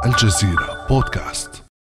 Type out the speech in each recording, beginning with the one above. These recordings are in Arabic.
الجزيرة بودكاست.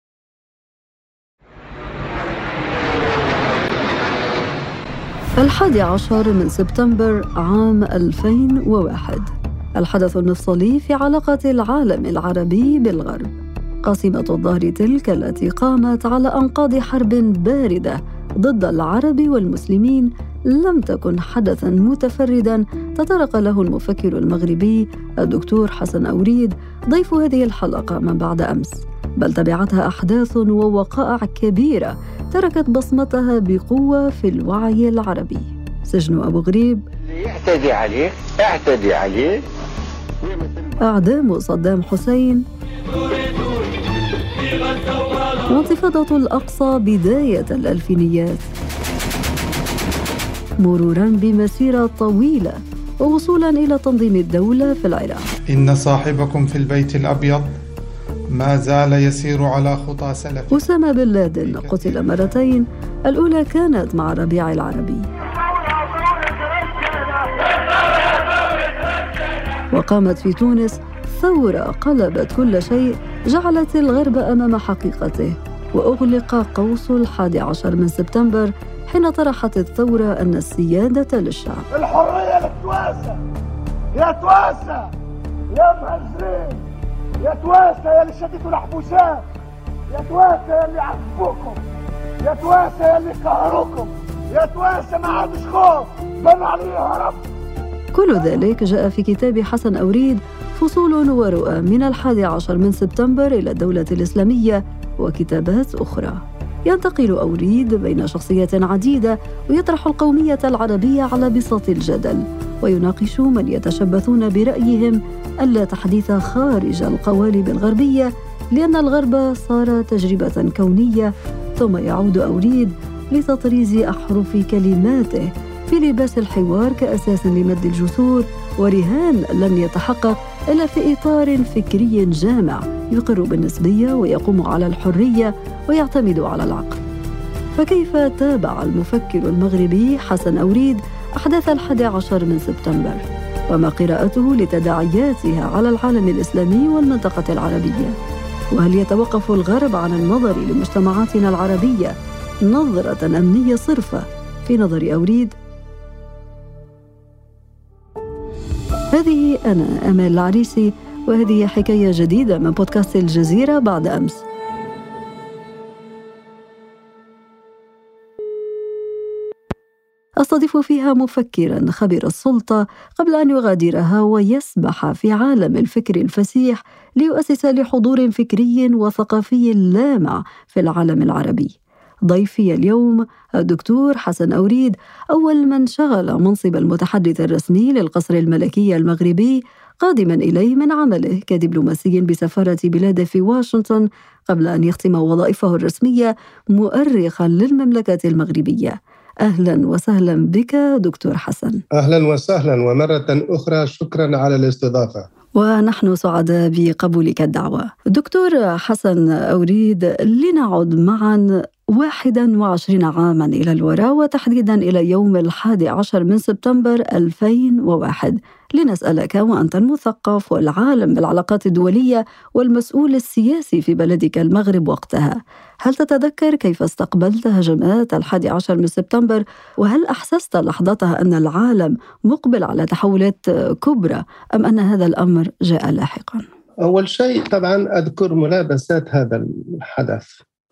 الحادي عشر من سبتمبر عام 2001، الحدث المفصلي في علاقة العالم العربي بالغرب. قاسمة الظهر تلك التي قامت على أنقاض حرب باردة ضد العرب والمسلمين لم تكن حدثاً متفرداً تطرق له المفكر المغربي الدكتور حسن أوريد ضيف هذه الحلقة من بعد أمس، بل تبعتها أحداث ووقائع كبيرة تركت بصمتها بقوة في الوعي العربي. سجن أبو غريب، اعتدي عليه. إعدام صدام حسين، وانتفاضة الأقصى بداية الألفينيات، مروراً بمسيرة طويلة ووصولاً إلى تنظيم الدولة في العراق. إن صاحبكم في البيت الأبيض ما زال يسير على خطى سلف. أسامة بن لادن قتل مرتين، الأولى كانت مع ربيع العربي. وقامت في تونس ثورة قلبت كل شيء، جعلت الغرب أمام حقيقته، وأغلق قوس 11 من سبتمبر حين طرحت الثورة أن السيادة للشعب. الحرية للتواسى، يا تواسى يا مهزرين، يا تواسى يا اللي شديتوا الحبوسات، يا تواسى يا اللي عذبوكم، يا تواسى يا اللي قهروكم، يا تواسى ما عادش خوف بل عليه رب. كل ذلك جاء في كتاب حسن أوريد فصول ورؤى من 11 من سبتمبر إلى الدولة الإسلامية وكتابات أخرى. ينتقل أوريد بين شخصيات عديدة ويطرح القومية العربية على بساط الجدل، ويناقش من يتشبثون برأيهم ألا تحديث خارج القوالب الغربية لأن الغرب صار تجربة كونية. ثم يعود أوريد لتطريز أحرف كلماته في لباس الحوار كأساس لمد الجسور ورهان لم يتحقق إلا في إطار فكري جامع يقر بالنسبية ويقوم على الحرية ويعتمد على العقل. فكيف تابع المفكر المغربي حسن أوريد أحداث 11 من سبتمبر؟ وما قراءته لتداعياتها على العالم الإسلامي والمنطقة العربية؟ وهل يتوقف الغرب عن النظر لمجتمعاتنا العربية نظرة أمنية صرفة في نظر أوريد؟ هذه أنا أمال العريسي، وهذه حكاية جديدة من بودكاست الجزيرة بعد أمس. أستضيف فيها مفكراً خبير السلطة قبل أن يغادرها ويسبح في عالم الفكر الفسيح ليؤسس لحضور فكري وثقافي لامع في العالم العربي. ضيفي اليوم الدكتور حسن أوريد، أول من شغل منصب المتحدث الرسمي للقصر الملكي المغربي، قادما إليه من عمله كدبلوماسي بسفارة بلاده في واشنطن قبل أن يختم وظائفه الرسمية مؤرخا للمملكة المغربية. أهلا وسهلا بك دكتور حسن. أهلا وسهلا، ومرة أخرى شكرا على الاستضافة. ونحن سعداء بقبولك الدعوة. دكتور حسن أوريد، لنعد معا 21 عاما إلى الوراء، وتحديدا إلى يوم 11 من سبتمبر 2001، لنسألك وأنت المثقف والعالم بالعلاقات الدولية والمسؤول السياسي في بلدك المغرب وقتها، هل تتذكر كيف استقبلت هجمات 11 من سبتمبر؟ وهل أحسست لحظتها أن العالم مقبل على تحولات كبرى أم أن هذا الأمر جاء لاحقا؟ أول شيء طبعا أذكر ملابسات هذا الحدث،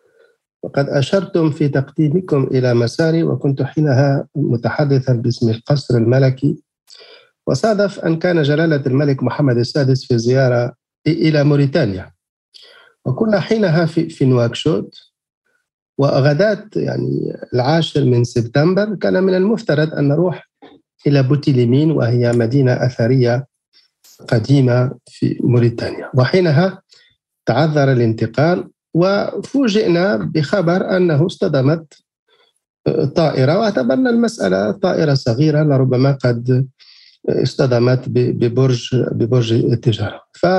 وقد أشرتم في تقديمكم إلى مساري، وكنت حينها متحدثا باسم القصر الملكي، وصادف أن كان جلالة الملك محمد السادس في زيارة إلى موريتانيا، وكنا حينها في نواكشوط، وغداة يعني 10 من سبتمبر كان من المفترض أن نروح إلى بوتيليمين، وهي مدينة أثرية قديمة في موريتانيا. وحينها تعذر الانتقال، وفوجئنا بخبر أنه اصطدمت طائرة، واعتبرنا المسألة طائرة صغيرة لربما قد اصطدمت ببرج التجارة.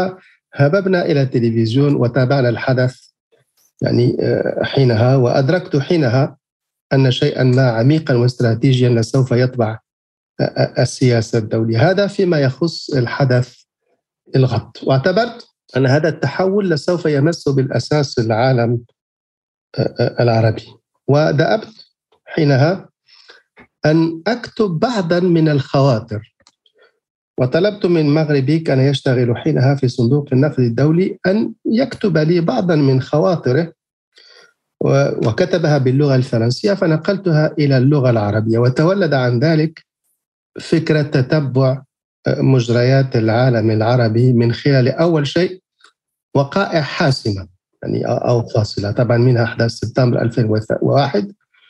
فهببنا إلى التلفزيون وتابعنا الحدث يعني حينها، وأدركت حينها أن شيئا ما عميقا واستراتيجيا سوف يطبع السياسة الدولية. هذا فيما يخص الحدث الغد. واعتبرت أن هذا التحول سوف يمس بالأساس العالم العربي. ودأبت حينها أن أكتب بعضا من الخواطر، وطلبت من مغربي كان يشتغل حينها في صندوق النقد الدولي أن يكتب لي بعضا من خواطره، وكتبها باللغة الفرنسية فنقلتها إلى اللغة العربية. وتولد عن ذلك فكرة تتبع مجريات العالم العربي من خلال أول شيء وقائع حاسمة يعني أو فاصلة، طبعا منها أحداث سبتمبر 2001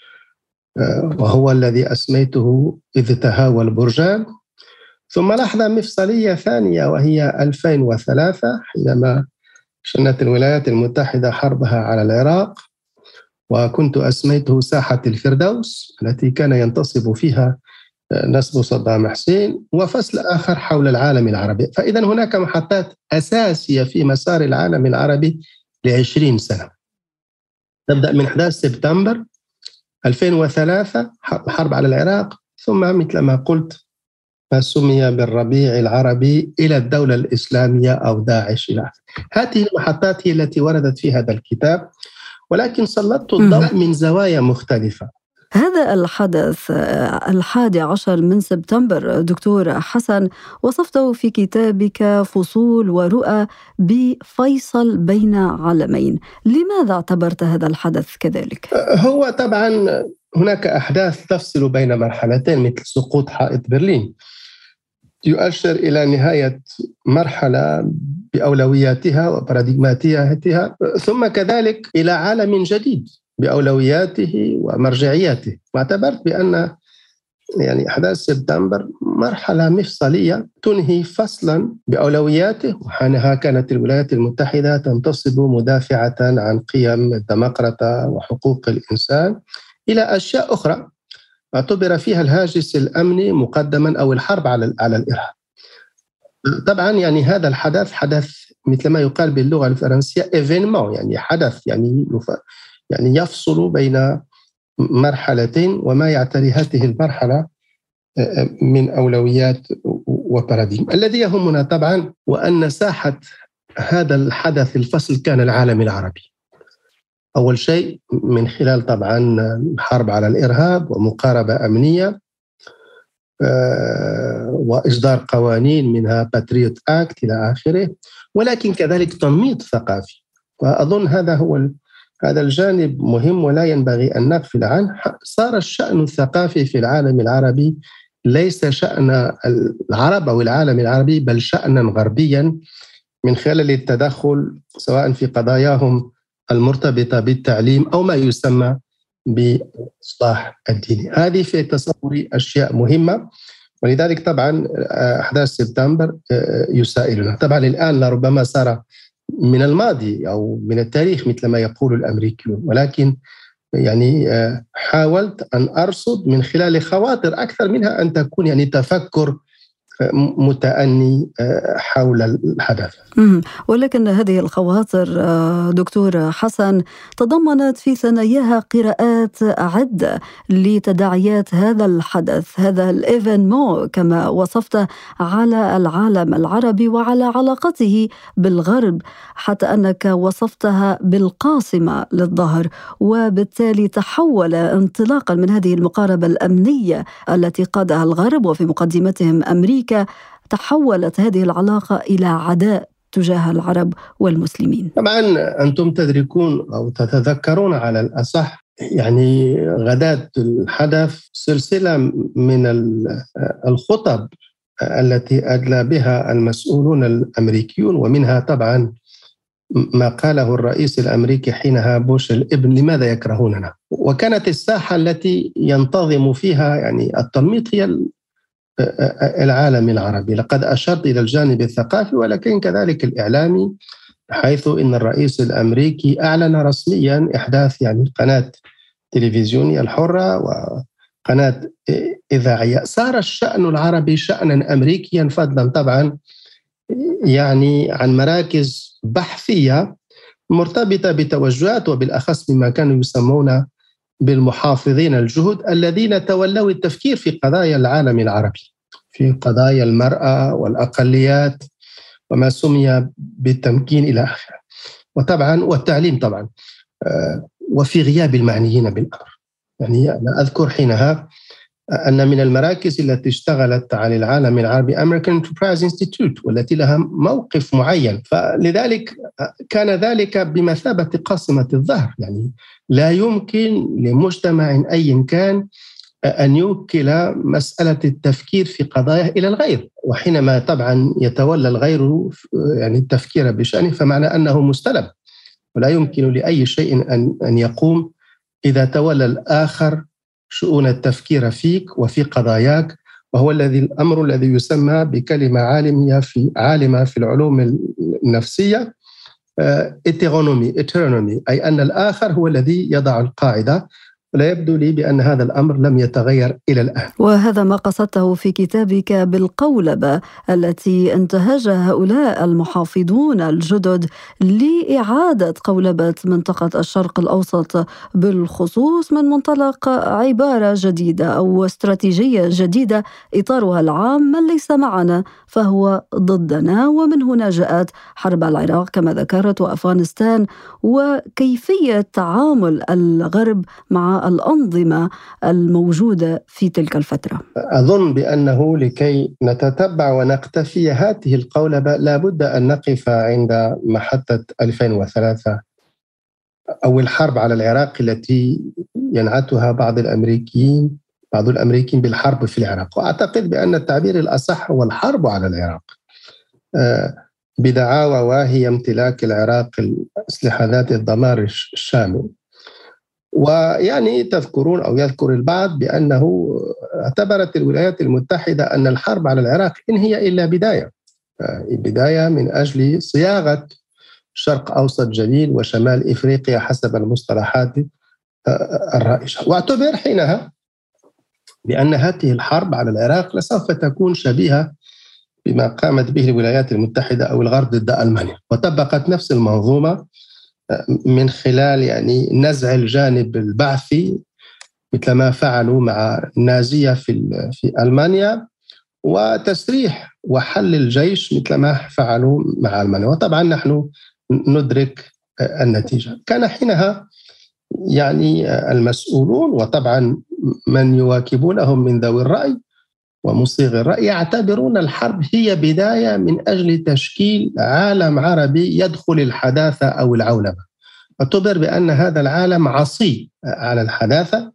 وهو الذي أسميته إذ تهاوى البرجان، ثم لحظة مفصلية ثانية وهي 2003 حينما شنت الولايات المتحدة حربها على العراق، وكنت أسميته ساحة الفردوس التي كان ينتصب فيها نسب صدام حسين، وفصل آخر حول العالم العربي. فإذا هناك محطات أساسية في مسار العالم العربي ل20 سنة، تبدأ من أحداث سبتمبر 2003 الحرب على العراق، ثم مثل ما قلت ما سمي بالربيع العربي إلى الدولة الإسلامية أو داعش إلى هذه المحطات هي التي وردت في هذا الكتاب، ولكن سلطت الضوء من زوايا مختلفة. هذا الحدث 11 من سبتمبر دكتور حسن وصفته في كتابك فصول ورؤى بفيصل بين عالمين، لماذا اعتبرت هذا الحدث كذلك؟ هو طبعا هناك أحداث تفصل بين مرحلتين مثل سقوط حائط برلين، يؤشر إلى نهاية مرحلة بأولوياتها وباراديغماتياتها، ثم كذلك إلى عالم جديد بأولوياته ومرجعياته. واعتبرت بأن يعني أحداث سبتمبر مرحلة مفصلية تنهي فصلا بأولوياته، وحينها كانت الولايات المتحدة تنتصب مدافعة عن قيم الديمقراطية وحقوق الإنسان إلى أشياء أخرى اعتبر فيها الهاجس الأمني مقدما أو الحرب على الإرهاب. طبعا يعني هذا الحدث حدث مثل ما يقال باللغة الفرنسية événement، يعني حدث يعني يفصل بين مرحلتين وما يعتري هذه المرحلة من أولويات وباراديم. الذي يهمنا طبعا وأن ساحة هذا الحدث الفصل كان العالم العربي، أول شيء من خلال طبعا حرب على الإرهاب ومقاربة أمنية وإصدار قوانين منها باتريوت أكت إلى آخره، ولكن كذلك تنميط ثقافي. وأظن هذا الجانب مهم ولا ينبغي أن نغفل عنه. صار الشأن الثقافي في العالم العربي ليس شأن العرب أو العالم العربي، بل شأنا غربيا من خلال التدخل سواء في قضاياهم المرتبطة بالتعليم أو ما يسمى بالإصلاح الديني. هذه في تصوري أشياء مهمة، ولذلك طبعا أحداث سبتمبر يسائلنا. طبعا الآن لربما صار من الماضي أو من التاريخ مثل ما يقول الأمريكيون، ولكن يعني حاولت أن أرصد من خلال خواطر أكثر منها أن تكون يعني تفكر متأني حول الحدث. ولكن هذه الخواطر دكتور حسن تضمنت في ثناياها قراءات عدة لتداعيات هذا الحدث، هذا الإيفينمون كما وصفته، على العالم العربي وعلى علاقته بالغرب، حتى أنك وصفتها بالقاصمة للظهر، وبالتالي تحول انطلاقا من هذه المقاربة الأمنية التي قادها الغرب وفي مقدمتهم أمريكا، تحولت هذه العلاقة إلى عداء تجاه العرب والمسلمين. طبعا أنتم تدركون أو تتذكرون على الأصح يعني غداة الحدث سلسلة من الخطب التي أدلى بها المسؤولون الأمريكيون، ومنها طبعا ما قاله الرئيس الأمريكي حينها بوش الابن: لماذا يكرهوننا؟ وكانت الساحة التي ينتظم فيها يعني التنميط هي العالم العربي. لقد أشرت إلى الجانب الثقافي ولكن كذلك الإعلامي، حيث إن الرئيس الأمريكي أعلن رسميا إحداث يعني قناة تلفزيونية الحرة وقناة إذاعية. صار الشأن العربي شأنا أمريكيا، فضلا طبعا يعني عن مراكز بحثية مرتبطة بتوجهات وبالأخص مما كانوا يسمون بالمحافظين الجهد الذين تولوا التفكير في قضايا العالم العربي، في قضايا المرأة والأقليات وما سمي بالتمكين إلى آخره، وطبعا والتعليم طبعا، وفي غياب المعنيين بالأمر. يعني أنا أذكر حينها أن من المراكز التي اشتغلت على العالم العربي American Enterprise Institute، والتي لها موقف معين، فلذلك كان ذلك بمثابة قاصمة الظهر. يعني لا يمكن لمجتمع أي كان أن يوكل مسألة التفكير في قضايا إلى الغير، وحينما طبعا يتولى الغير يعني التفكير بشأنه فمعنى أنه مستلب، ولا يمكن لأي شيء أن يقوم إذا تولى الآخر شؤون التفكير فيك وفي قضاياك، وهو الأمر الذي يسمى بكلمة عالمة في العلوم النفسية إترونومي، أي أن الآخر هو الذي يضع القاعدة. ولا يبدو لي بأن هذا الأمر لم يتغير إلى الآن. وهذا ما قصدته في كتابك بالقولبة التي انتهجها هؤلاء المحافظون الجدد لإعادة قولبة منطقة الشرق الأوسط بالخصوص من منطلق عبارة جديدة أو استراتيجية جديدة إطارها العام: من ليس معنا فهو ضدنا. ومن هنا جاءت حرب العراق كما ذكرت وأفغانستان، وكيفية تعامل الغرب مع الأنظمة الموجودة في تلك الفترة. أظن بأنه لكي نتتبع ونقتفي هذه القولبة لابد أن نقف عند محطة 2003 أو الحرب على العراق التي ينعتها بعض الأمريكيين بالحرب في العراق. وأعتقد بأن التعبير الأصح هو الحرب على العراق، بدعاوى وهي امتلاك العراق الأسلحة ذات الدمار الشامل. ويعني تذكرون أو يذكر البعض بأنه اعتبرت الولايات المتحدة أن الحرب على العراق إن هي إلا بداية من أجل صياغة شرق أوسط جديد وشمال إفريقيا حسب المصطلحات الرائجة. واعتبر حينها بأن هذه الحرب على العراق لسوف تكون شبيهة بما قامت به الولايات المتحدة أو الغرب ضد ألمانيا، وطبقت نفس المنظومة من خلال يعني نزع الجانب البعثي مثل ما فعلوا مع النازية في ألمانيا، وتسريح وحل الجيش مثل ما فعلوا مع ألمانيا. وطبعا نحن ندرك النتيجة. كان حينها يعني المسؤولون وطبعا من يواكبونهم من ذوي الرأي ومصيغ الرأي يعتبرون الحرب هي بداية من أجل تشكيل عالم عربي يدخل الحداثة أو العولمة. اعتبر بأن هذا العالم عصي على الحداثة،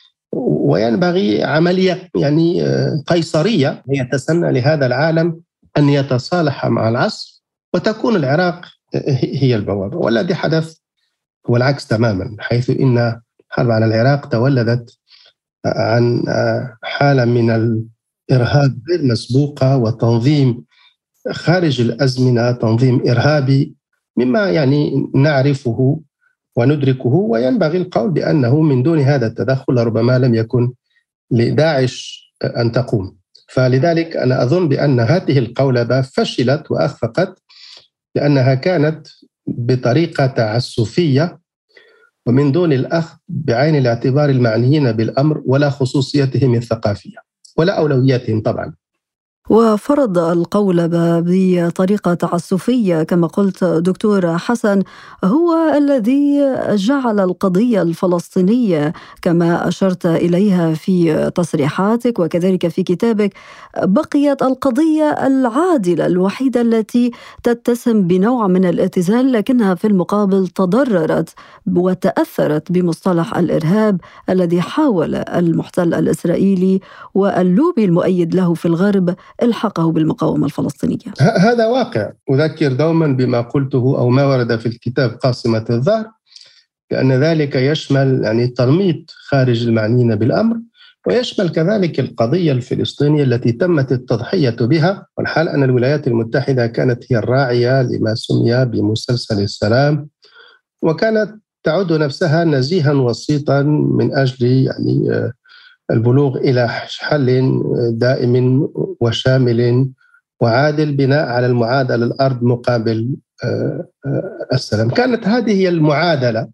وينبغي عملية يعني قيصرية يتسنى لهذا العالم أن يتصالح مع العصر، وتكون العراق هي البوابة. والذي حدث هو العكس تماما، حيث إن الحرب على العراق تولدت عن حالة من الإرهاب غير مسبوقة وتنظيم خارج الأزمنة، تنظيم إرهابي مما يعني نعرفه وندركه. وينبغي القول بأنه من دون هذا التدخل ربما لم يكن لداعش أن تقوم. فلذلك أنا أظن بأن هذه القولبة فشلت وأخفقت لأنها كانت بطريقة تعسفية ومن دون الأخذ بعين الاعتبار المعنيين بالأمر ولا خصوصيتهم الثقافية ولا أولوياتهم طبعا. وفرض القولبة بطريقة تعسفية كما قلت دكتور حسن هو الذي جعل القضية الفلسطينية كما أشرت إليها في تصريحاتك وكذلك في كتابك بقيت القضية العادلة الوحيدة التي تتسم بنوع من الاتزان، لكنها في المقابل تضررت وتأثرت بمصطلح الإرهاب الذي حاول المحتل الإسرائيلي واللوبي المؤيد له في الغرب الحقه بالمقاومة الفلسطينية. هذا واقع. أذكر دوما بما قلته أو ما ورد في الكتاب قاصمة الظهر، لأن ذلك يشمل يعني ترميط خارج المعنيين بالأمر، ويشمل كذلك القضية الفلسطينية التي تمت التضحية بها، والحال أن الولايات المتحدة كانت هي الراعية لما سمي بمسلسل السلام، وكانت تعد نفسها نزيها وسيطا من أجل يعني البلوغ إلى حل دائم وشامل وعادل بناء على المعادلة الأرض مقابل السلام. كانت هذه هي المعادلة.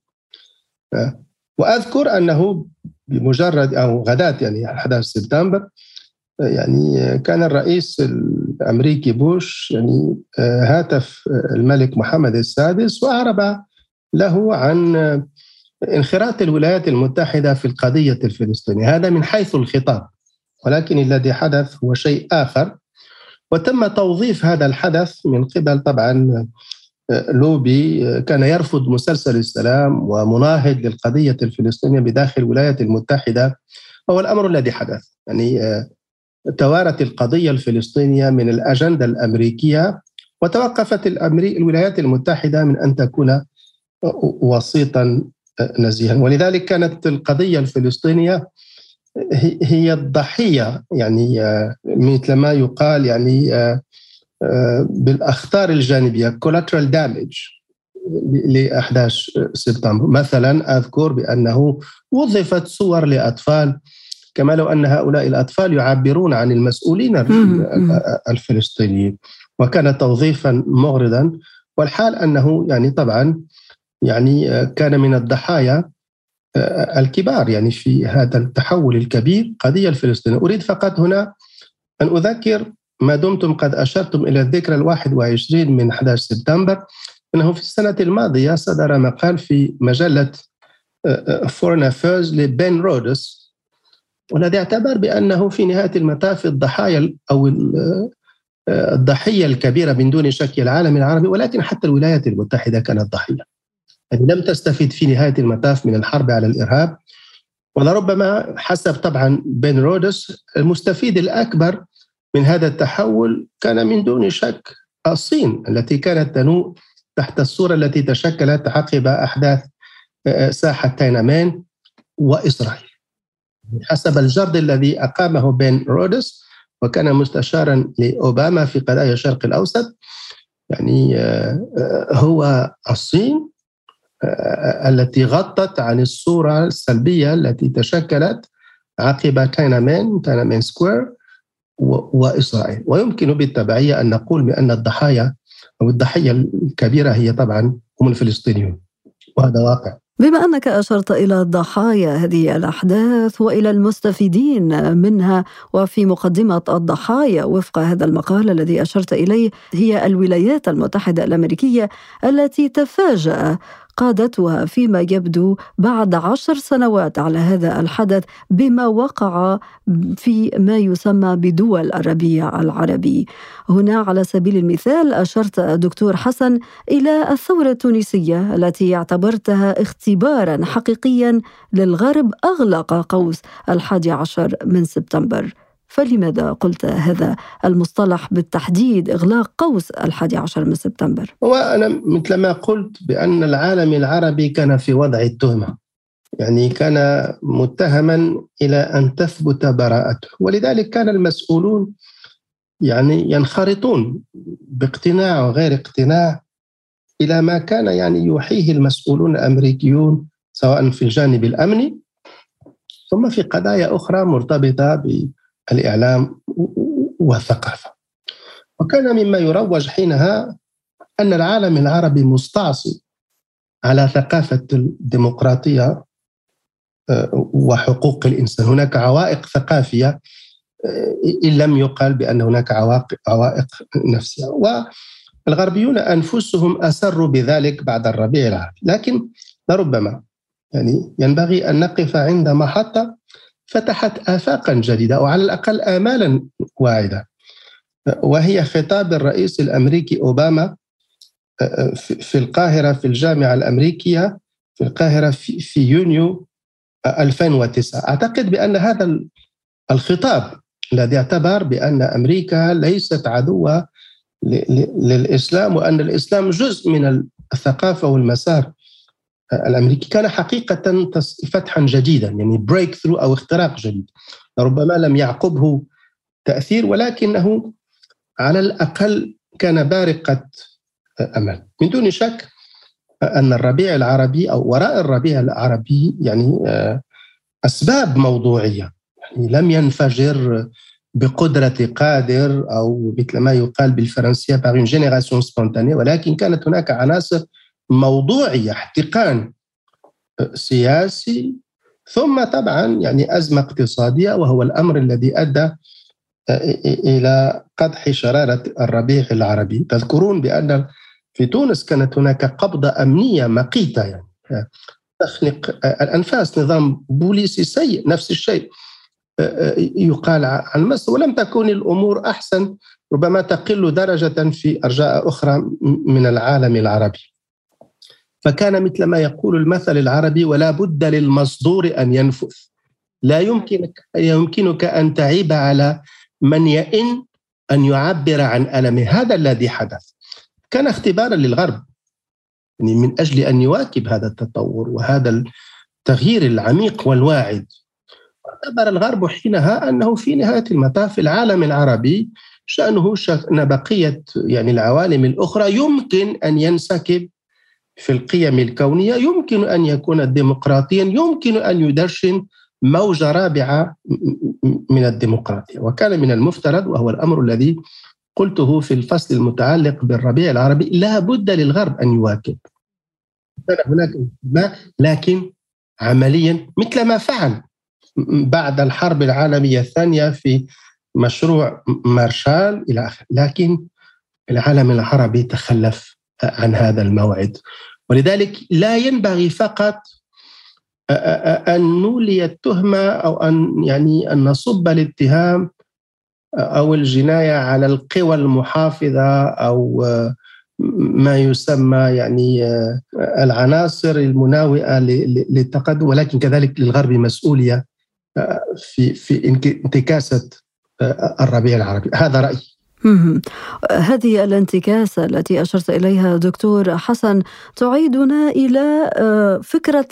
وأذكر أنه بمجرد أو غداة يعني 11 سبتمبر يعني كان الرئيس الأمريكي بوش يعني هاتف الملك محمد السادس وأعرب له عن انخراط الولايات المتحدة في القضية الفلسطينية. هذا من حيث الخطاب، ولكن الذي حدث هو شيء آخر، وتم توظيف هذا الحدث من قبل طبعا لوبي كان يرفض مسلسل السلام ومناهض للقضية الفلسطينية بداخل الولايات المتحدة. هو الأمر الذي حدث، يعني توارت القضية الفلسطينية من الأجندة الأمريكية، وتوقفت الولايات المتحدة من أن تكون وسيطا نزيها. ولذلك كانت القضية الفلسطينية هي الضحية، يعني مثل ما يقال يعني بالأخطار الجانبية collateral damage ل11 سبتمبر. مثلا أذكر بأنه وظفت صور لأطفال كما لو أن هؤلاء الأطفال يعبرون عن المسؤولين الفلسطينيين، وكان توظيفا مغرضا، والحال أنه يعني طبعا يعني كان من الضحايا الكبار يعني في هذا التحول الكبير قضية الفلسطينية. أريد فقط هنا أن أذكر ما دمتم قد أشرتم إلى الذكرى 21 من 11 سبتمبر، أنه في السنة الماضية صدر مقال في مجلة فورن أفيرز لبين رودس، والذي اعتبر بأنه في نهاية المطاف الضحايا أو الضحية الكبيرة من دون شك العالم العربي، ولكن حتى الولايات المتحدة كانت ضحية، يعني لم تستفيد في نهاية المطاف من الحرب على الإرهاب. ولربما حسب طبعا بين رودس المستفيد الأكبر من هذا التحول كان من دون شك الصين، التي كانت تنوء تحت الصورة التي تشكلت عقب أحداث ساحة تاينامين وإسرائيل. حسب الجرد الذي أقامه بين رودس وكان مستشارا لأوباما في قضايا الشرق الأوسط، يعني هو الصين التي غطت عن الصورة السلبية التي تشكلت عقب تاينامين سكوير وإسرائيل. ويمكن بالتبعية أن نقول بأن الضحايا أو الضحية الكبيرة هي طبعا هم الفلسطينيون، وهذا واقع. بما أنك أشرت إلى ضحايا هذه الأحداث وإلى المستفيدين منها، وفي مقدمة الضحايا وفق هذا المقال الذي أشرت إليه هي الولايات المتحدة الأمريكية التي تفاجأ قادتها فيما يبدو بعد 10 سنوات على هذا الحدث بما وقع في ما يسمى بدول الربيع العربي. هنا على سبيل المثال أشرت دكتور حسن إلى الثورة التونسية التي اعتبرتها اختبارا حقيقيا للغرب أغلق قوس 11 من سبتمبر، فلماذا قلت هذا المصطلح بالتحديد، إغلاق قوس 11 من سبتمبر؟ وأنا مثل ما قلت بأن العالم العربي كان في وضع التهمة، يعني كان متهما إلى أن تثبت براءته، ولذلك كان المسؤولون يعني ينخرطون باقتناع وغير اقتناع إلى ما كان يعني يوحيه المسؤولون الأمريكيون سواء في الجانب الأمني ثم في قضايا أخرى مرتبطة الإعلام والثقافة. وكان مما يروج حينها أن العالم العربي مستعصي على ثقافة الديمقراطية وحقوق الإنسان. هناك عوائق ثقافية إن لم يقال بأن هناك عوائق نفسية، والغربيون أنفسهم أسروا بذلك بعد الربيع العربي. لكن لربما يعني ينبغي أن نقف عند محطة فتحت آفاقا جديدة أو على الأقل آمالا واعدة، وهي خطاب الرئيس الأمريكي أوباما في القاهرة في الجامعة الأمريكية في القاهرة في يونيو 2009. أعتقد بأن هذا الخطاب الذي اعتبر بأن أمريكا ليست عدوة للإسلام وأن الإسلام جزء من الثقافة والمسار الأمريكي كان حقيقة فتحا جديدا، يعني بريك ثرو أو اختراق جديد. ربما لم يعقبه تأثير، ولكنه على الأقل كان بارقة أمل. من دون شك أن الربيع العربي أو وراء الربيع العربي يعني أسباب موضوعية، يعني لم ينفجر بقدرة قادر أو مثل ما يقال بالفرنسية par une génération spontanée، ولكن كانت هناك عناصر موضوعية، احتقان سياسي، ثم طبعا يعني أزمة اقتصادية، وهو الأمر الذي أدى إلى قدح شرارة الربيع العربي. تذكرون بأن في تونس كانت هناك قبضة أمنية مقيتة، يعني تخنق الأنفاس، نظام بوليسي سيء. نفس الشيء يقال عن مصر، ولم تكن الأمور أحسن، ربما تقل درجة في أرجاء أخرى من العالم العربي. فكان مثل ما يقول المثل العربي: ولا بد للمصدور أن ينفذ. لا يمكنك أن تعيب على من يئن أن يعبر عن ألمه. هذا الذي حدث كان اختبارا للغرب، يعني من أجل أن يواكب هذا التطور وهذا التغيير العميق والواعد. اعتبر الغرب حينها أنه في نهاية المطاف العالم العربي شأنه شأن بقية يعني العوالم الأخرى، يمكن أن ينسكب في القيم الكونية، يمكن أن يكون ديمقراطيا، يمكن أن يدشن موجة رابعة من الديمقراطية. وكان من المفترض، وهو الأمر الذي قلته في الفصل المتعلق بالربيع العربي، لا بد للغرب أن يواكب. كان هناك لكن عمليا مثل ما فعل بعد الحرب العالمية الثانية في مشروع مارشال إلى آخره، لكن العالم العربي تخلف عن هذا الموعد. ولذلك لا ينبغي فقط أن نولي التهمة أو أن نصب الاتهام أو الجناية على القوى المحافظة أو ما يسمى يعني العناصر المناوئة للتقدم، ولكن كذلك للغرب مسؤولية في انتكاسة الربيع العربي. هذا رأيي. هذه الانتكاسة التي أشرت إليها دكتور حسن تعيدنا إلى فكرة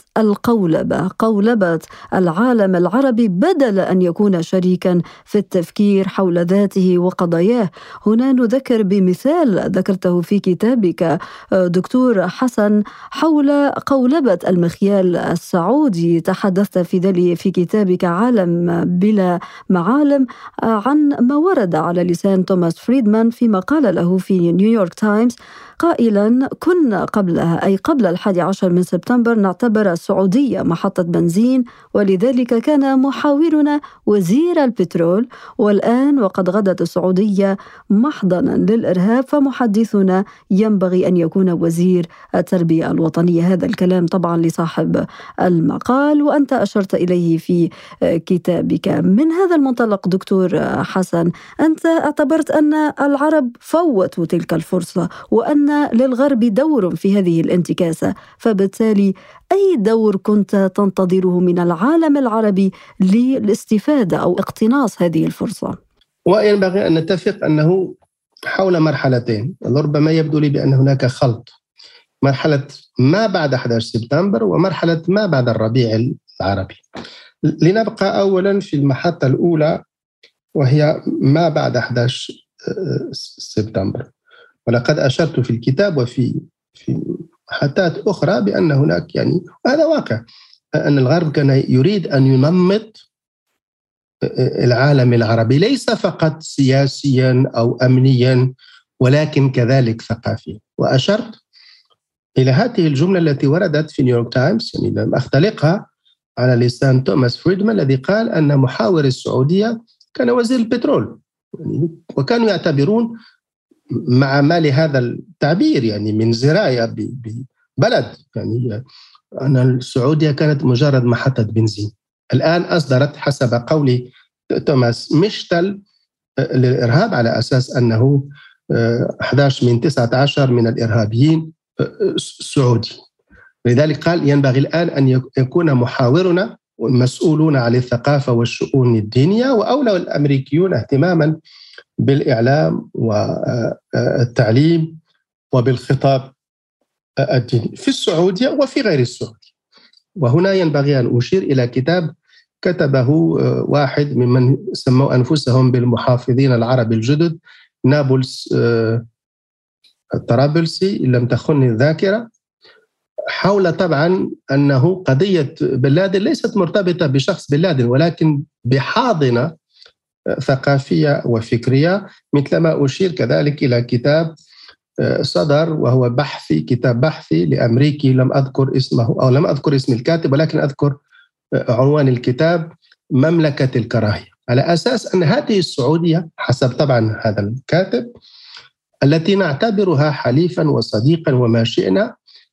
قولبة العالم العربي بدل أن يكون شريكا في التفكير حول ذاته وقضاياه. هنا نذكر بمثال ذكرته في كتابك دكتور حسن حول قولبة المخيال السعودي. تحدثت في كتابك عالم بلا معالم عن ما ورد على لسان توماس فريدمان فيما قال له في نيويورك تايمز قائلا: كنا قبلها، أي قبل 11 من سبتمبر، نعتبر السعودية محطة بنزين، ولذلك كان محاورنا وزير البترول، والآن وقد غدت السعودية محضنا للإرهاب فمحدثنا ينبغي أن يكون وزير التربية الوطنية. هذا الكلام طبعا لصاحب المقال، وأنت أشرت إليه في كتابك. من هذا المنطلق دكتور حسن، أنت اعتبرت أن العرب فوتوا تلك الفرصة وأن للغرب دور في هذه الانتكاسة، فبالتالي أي دور كنت تنتظره من العالم العربي للاستفادة أو اقتناص هذه الفرصة؟ وينبغي أن نتفق أنه حول مرحلتين، ربما يبدو لي بأن هناك خلط: مرحلة ما بعد 11 سبتمبر ومرحلة ما بعد الربيع العربي. لنبقى أولا في المحطة الأولى وهي ما بعد 11 سبتمبر. ولقد أشرت في الكتاب وفي محطات أخرى بأن هناك يعني هذا واقع، أن الغرب كان يريد أن ينمط العالم العربي ليس فقط سياسيا أو أمنيا ولكن كذلك ثقافيا. وأشرت إلى هذه الجملة التي وردت في نيويورك تايمز، يعني لم أختلقها، على لسان توماس فريدمان الذي قال أن محاور السعودية كان وزير البترول، يعني وكانوا يعتبرون مع ما لهذا التعبير يعني من زراية ببلد، يعني أن السعودية كانت مجرد محطة بنزين. الآن أصدرت حسب قول توماس مشتل للإرهاب على أساس أنه 11 من 19 من الإرهابيين سعودي. لذلك قال ينبغي الآن أن يكون محاورنا والمسؤولون عن الثقافة والشؤون الدينية وأولى الأمريكيون اهتماما بالإعلام والتعليم وبالخطاب الديني في السعودية وفي غير السعودية. وهنا ينبغي أن أشير إلى كتاب كتبه واحد ممن سموا أنفسهم بالمحافظين العرب الجدد، نابلس الطرابلسي إن لم تخني الذاكرة، حول طبعا أنه قضية بن لادن ليست مرتبطة بشخص بن لادن ولكن بحاضنة ثقافية وفكرية، مثلما أشير كذلك إلى كتاب صدر وهو كتاب بحثي لأمريكي لم أذكر اسمه أو لم أذكر اسم الكاتب ولكن أذكر عنوان الكتاب: مملكة الكراهية. على أساس أن هذه السعودية حسب طبعا هذا الكاتب التي نعتبرها حليفا وصديقا وما شئنا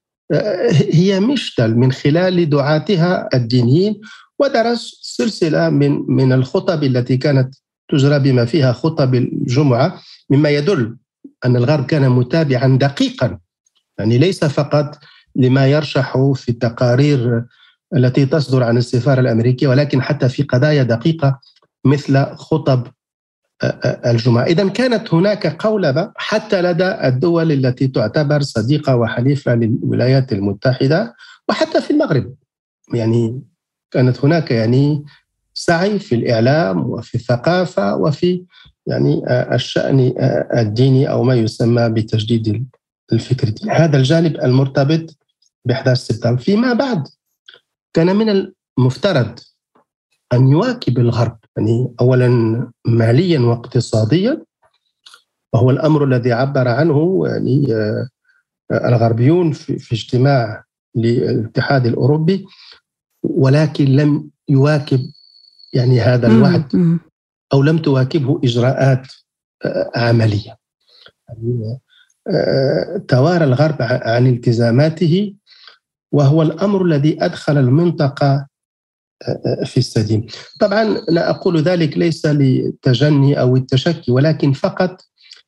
هي مشتل من خلال دعاتها الدينيين، ودرس سلسلة من الخطب التي كانت تجرى بما فيها خطب الجمعة، مما يدل أن الغرب كان متابعا دقيقا، يعني ليس فقط لما يرشح في التقارير التي تصدر عن السفارة الأمريكية، ولكن حتى في قضايا دقيقة مثل خطب الجمعة. إذن كانت هناك قولبة حتى لدى الدول التي تعتبر صديقة وحليفة للولايات المتحدة، وحتى في المغرب يعني كانت هناك يعني سعي في الإعلام وفي الثقافة وفي يعني الشأن الديني أو ما يسمى بتجديد الفكر الديني. هذا الجانب المرتبط ب11 سبتمبر. فيما بعد كان من المفترض أن يواكب الغرب يعني أولا ماليا واقتصاديا، وهو الأمر الذي عبر عنه يعني الغربيون في اجتماع للاتحاد الأوروبي، ولكن لم يواكب يعني هذا الوعد أو لم تواكبه إجراءات عملية. يعني توارى الغرب عن التزاماته، وهو الأمر الذي أدخل المنطقة في السديم. طبعا لا أقول ذلك ليس للتجني أو التشكي، ولكن فقط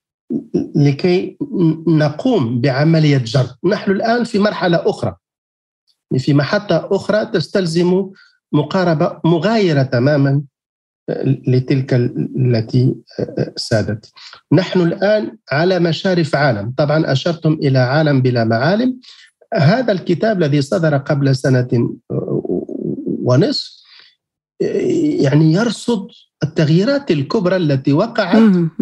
لكي نقوم بعملية جر. نحن الآن في مرحلة أخرى، في محطة أخرى تستلزم مقاربة مغايرة تماما لتلك التي سادت. نحن الآن على مشارف عالم، طبعا أشرتم إلى عالم بلا معالم. هذا الكتاب الذي صدر قبل 1.5 سنة يعني يرصد التغييرات الكبرى التي وقعت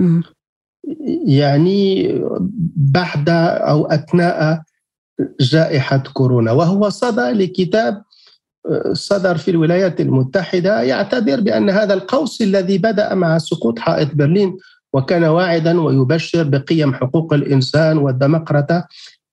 يعني بعد أو أثناء جائحة كورونا، وهو صدى لكتاب صدر في الولايات المتحدة يعتبر بأن هذا القوس الذي بدأ مع سقوط حائط برلين وكان واعدا ويبشر بقيم حقوق الإنسان والديمقراطية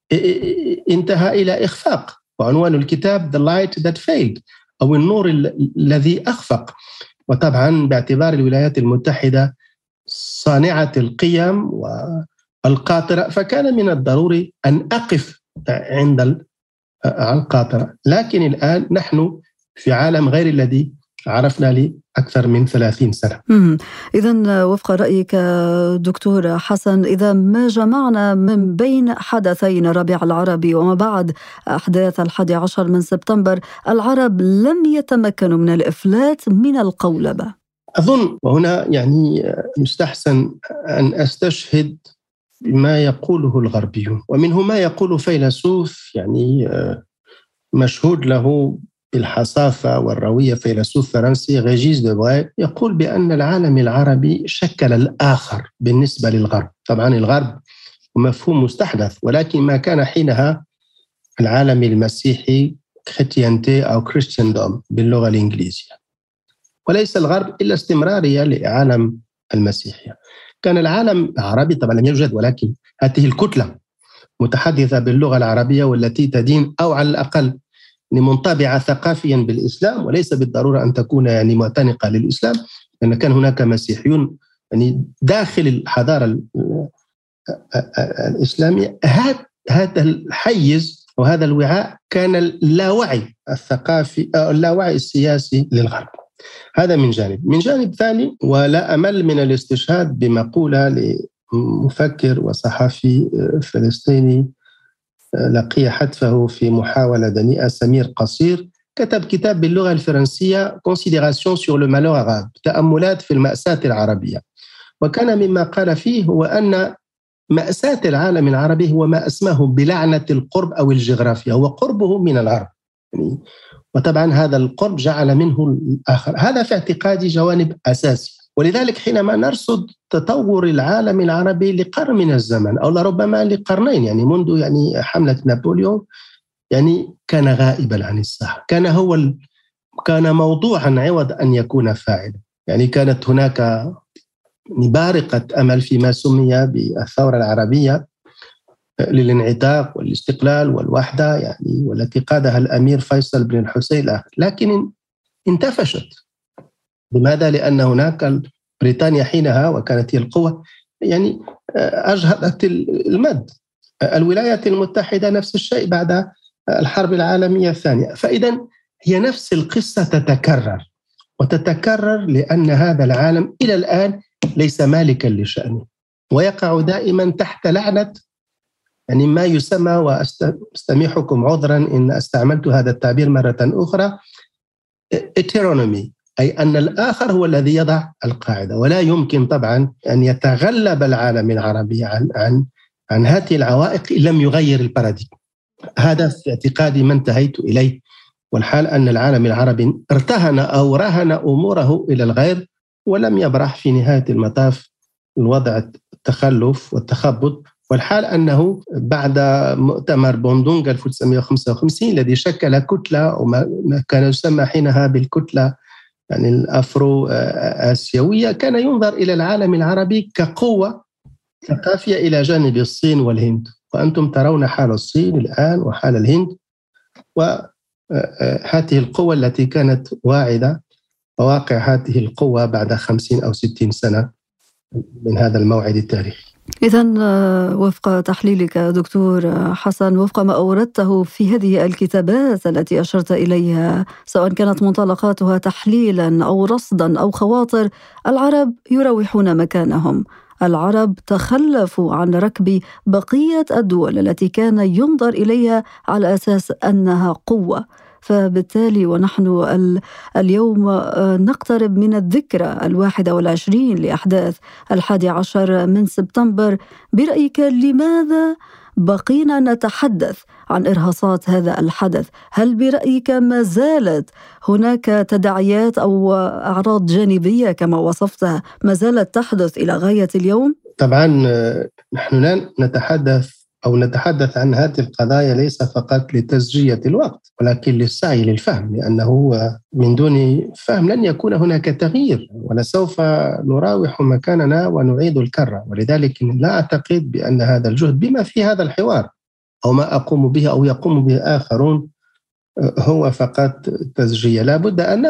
انتهى إلى إخفاق. وعنوان الكتاب The Light That Failed، أو النور الذي أخفق. وطبعا باعتبار الولايات المتحدة صانعة القيم والقاطرة، فكان من الضروري أن أقف عند القاطرة. لكن الآن نحن في عالم غير الذي عرفنا لأكثر من 30 سنة. إذن وفق رأيك دكتور حسن، إذا ما جمعنا من بين حدثين الربيع العربي وما بعد أحداث 11 سبتمبر، العرب لم يتمكنوا من الإفلات من القولبة. أظن وهنا يعني يستحسن أن أستشهد بما يقوله الغربيون، ومنه ما يقول فيلسوف يعني مشهود له بالحصافة والروية، فيلسوف فرنسي ريجيس ديبراي، يقول بأن العالم العربي شكل الآخر بالنسبة للغرب. طبعا الغرب مفهوم مستحدث، ولكن ما كان حينها العالم المسيحي كريستيانتي أو كريستياندوم باللغة الإنجليزية، وليس الغرب إلا استمرارية لعالم المسيحية. كان العالم العربي طبعا لم يوجد، ولكن هذه الكتلة متحدثة باللغة العربية والتي تدين أو على الأقل منطبعة ثقافيا بالإسلام، وليس بالضرورة أن تكون يعني معتنقة للإسلام، لأن كان هناك مسيحيون يعني داخل الحضارة الإسلامية. هذا الحيز وهذا الوعاء كان اللاوعي الثقافي أو اللاوعي السياسي للغرب. هذا من جانب. من جانب ثاني، ولا أمل من الاستشهاد بمقولة لمفكر وصحفي فلسطيني لقي حتفه في محاولة دنيئة، سمير قصير، كتب كتاب باللغة الفرنسية Considérations sur le malheur arabe، تأملات في المأساة العربية. وكان مما قال فيه هو أن مأساة العالم العربي هو ما أسماه بلعنة القرب أو الجغرافيا، هو قربه من الغرب يعني، وطبعا هذا القرب جعل منه الآخر. هذا في اعتقادي جوانب أساسية. ولذلك حينما نرصد تطور العالم العربي لقرن من الزمن أو لربما لقرنين، يعني منذ يعني حملة نابليون، يعني كان غائبا عن الساحة، كان موضوعا عوض أن يكون فاعلا. يعني كانت هناك بارقة أمل فيما سمي بالثورة العربية للانعتاق والاستقلال والوحدة، يعني والتي قادها الأمير فيصل بن الحسين الآخر، لكن انتفشت لماذا؟ لأن هناك بريطانيا حينها وكانت هي القوة يعني أجهضت المد. الولايات المتحدة نفس الشيء بعد الحرب العالمية الثانية. فإذا هي نفس القصة تتكرر وتتكرر، لأن هذا العالم إلى الآن ليس مالكا لشأنه، ويقع دائما تحت لعنة يعني ما يسمى، واستميحكم عذرا إن استعملت هذا التعبير مرة أخرى، heteronomy، أي أن الآخر هو الذي يضع القاعدة، ولا يمكن طبعا أن يتغلب العالم العربي عن هذه العوائق إن لم يغير الباراديم. هذا في اعتقادي ما انتهيت إليه، والحال أن العالم العربي ارتهن أو رهن أموره إلى الغير، ولم يبرح في نهاية المطاف الوضع التخلف والتخبط. والحال أنه بعد مؤتمر بوندونغ 1955 الذي شكل كتلة وما كان يسمى حينها بالكتلة يعني الأفرو آسيوية، كان ينظر إلى العالم العربي كقوة ثقافية إلى جانب الصين والهند. وأنتم ترون حال الصين الآن وحال الهند، وهذه القوة التي كانت واعدة، وواقع هذه القوة بعد 50 أو 60 سنة من هذا الموعد التاريخي. إذن وفق تحليلك دكتور حسن، وفق ما أوردته في هذه الكتابات التي أشرت إليها، سواء كانت منطلقاتها تحليلا أو رصدا أو خواطر، العرب يروحون مكانهم. العرب تخلفوا عن ركب بقية الدول التي كان ينظر إليها على أساس أنها قوة. فبالتالي ونحن اليوم نقترب من الذكرى 21 لأحداث 11 من سبتمبر، برأيك لماذا بقينا نتحدث عن إرهاصات هذا الحدث؟ هل برأيك ما زالت هناك تداعيات أو أعراض جانبية كما وصفتها ما زالت تحدث إلى غاية اليوم؟ طبعا نحن نتحدث عن هذه القضايا ليس فقط لتسجية الوقت، ولكن للسعي للفهم، لأنه من دون فهم لن يكون هناك تغيير، ولسوف نراوح مكاننا ونعيد الكرة. ولذلك لا أعتقد بأن هذا الجهد بما في هذا الحوار أو ما أقوم به أو يقوم به آخرون هو فقط تسجية. لا بد أن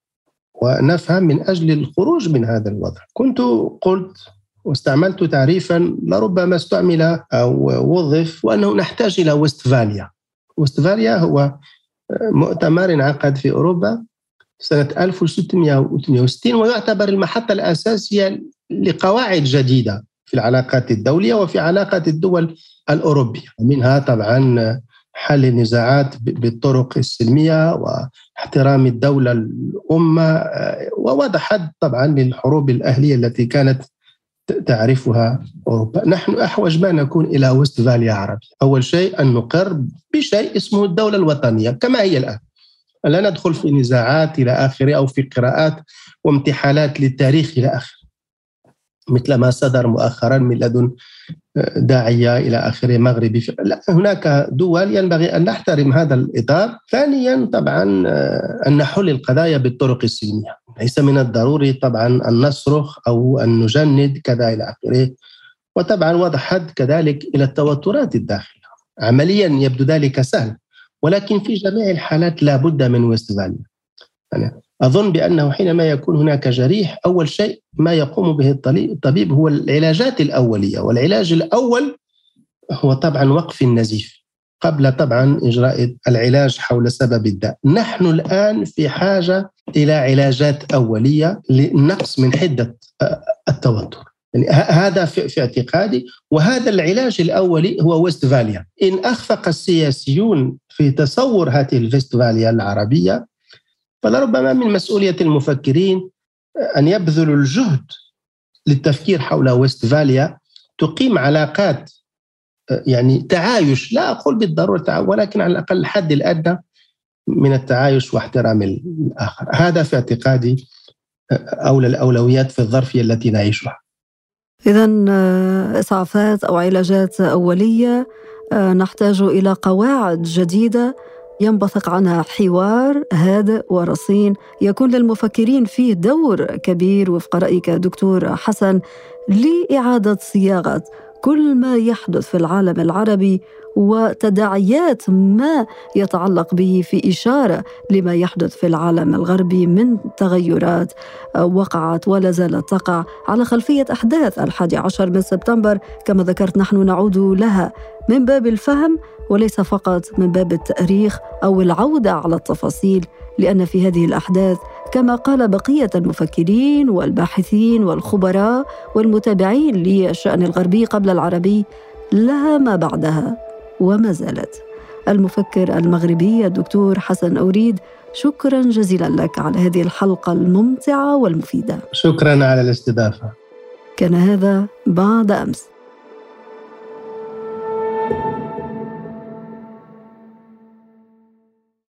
نفهم من أجل الخروج من هذا الوضع. كنت قلت واستعملت تعريفا لربما استعمل أو وظف، وأنه نحتاج إلى وستفاليا. وستفاليا هو مؤتمر انعقد في أوروبا سنة 1668، ويعتبر المحطة الأساسية لقواعد جديدة في العلاقات الدولية وفي علاقات الدول الأوروبية، منها طبعا حل النزاعات بالطرق السلمية واحترام الدولة الأمة، ووضع حد طبعا للحروب الأهلية التي كانت تعرفها أوروبا. نحن أحوج ما نكون إلى وستفاليا عربي. أول شيء أن نقر بشيء اسمه الدولة الوطنية كما هي الآن، لا ندخل في نزاعات إلى آخره أو في قراءات وامتحالات للتاريخ إلى آخره، مثل ما صدر مؤخرا من لدن داعية إلى آخره مغربي. لا، هناك دول ينبغي أن نحترم هذا الإطار. ثانيا طبعا أن نحل القضايا بالطرق السلمية، ليس من الضروري طبعا أن نصرخ أو أن نجند كذا إلى آخره. وطبعا وضع حد كذلك إلى التوترات الداخلية. عمليا يبدو ذلك سهل، ولكن في جميع الحالات لا بد من وستفاليا. أنا أظن بأنه حينما يكون هناك جريح، أول شيء ما يقوم به الطبيب هو العلاجات الأولية، والعلاج الأول هو طبعا وقف النزيف قبل طبعا إجراء العلاج حول سبب الداء. نحن الآن في حاجة إلى علاجات أولية للنقص من حدة التوتر، يعني هذا في اعتقادي، وهذا العلاج الأولي هو وستفاليا. إن أخفق السياسيون في تصور هذه الوستفاليا العربية، فلربما من مسؤولية المفكرين أن يبذلوا الجهد للتفكير حول وستفاليا تقيم علاقات يعني تعايش، لا أقول بالضرورة ولكن على الأقل الحد الأدنى من التعايش واحترام الآخر. هذا في اعتقادي أولى الأولويات في الظرفية التي نعيشها. إذن إسعافات أو علاجات أولية، نحتاج إلى قواعد جديدة ينبثق عنها حوار هادئ ورصين، يكون للمفكرين فيه دور كبير وفق رأيك دكتور حسن لإعادة صياغة كل ما يحدث في العالم العربي وتداعيات ما يتعلق به في إشارة لما يحدث في العالم الغربي من تغيرات وقعت ولا زالت تقع على خلفية أحداث 11 من سبتمبر. كما ذكرت نحن نعود لها من باب الفهم وليس فقط من باب التأريخ أو العودة على التفاصيل، لأن في هذه الأحداث كما قال بقية المفكرين والباحثين والخبراء والمتابعين للشأن الغربي قبل العربي لها ما بعدها وما زالت. المفكر المغربي الدكتور حسن أوريد، شكرا جزيلا لك على هذه الحلقة الممتعة والمفيدة. شكرا على الاستضافة. كان هذا بعد أمس.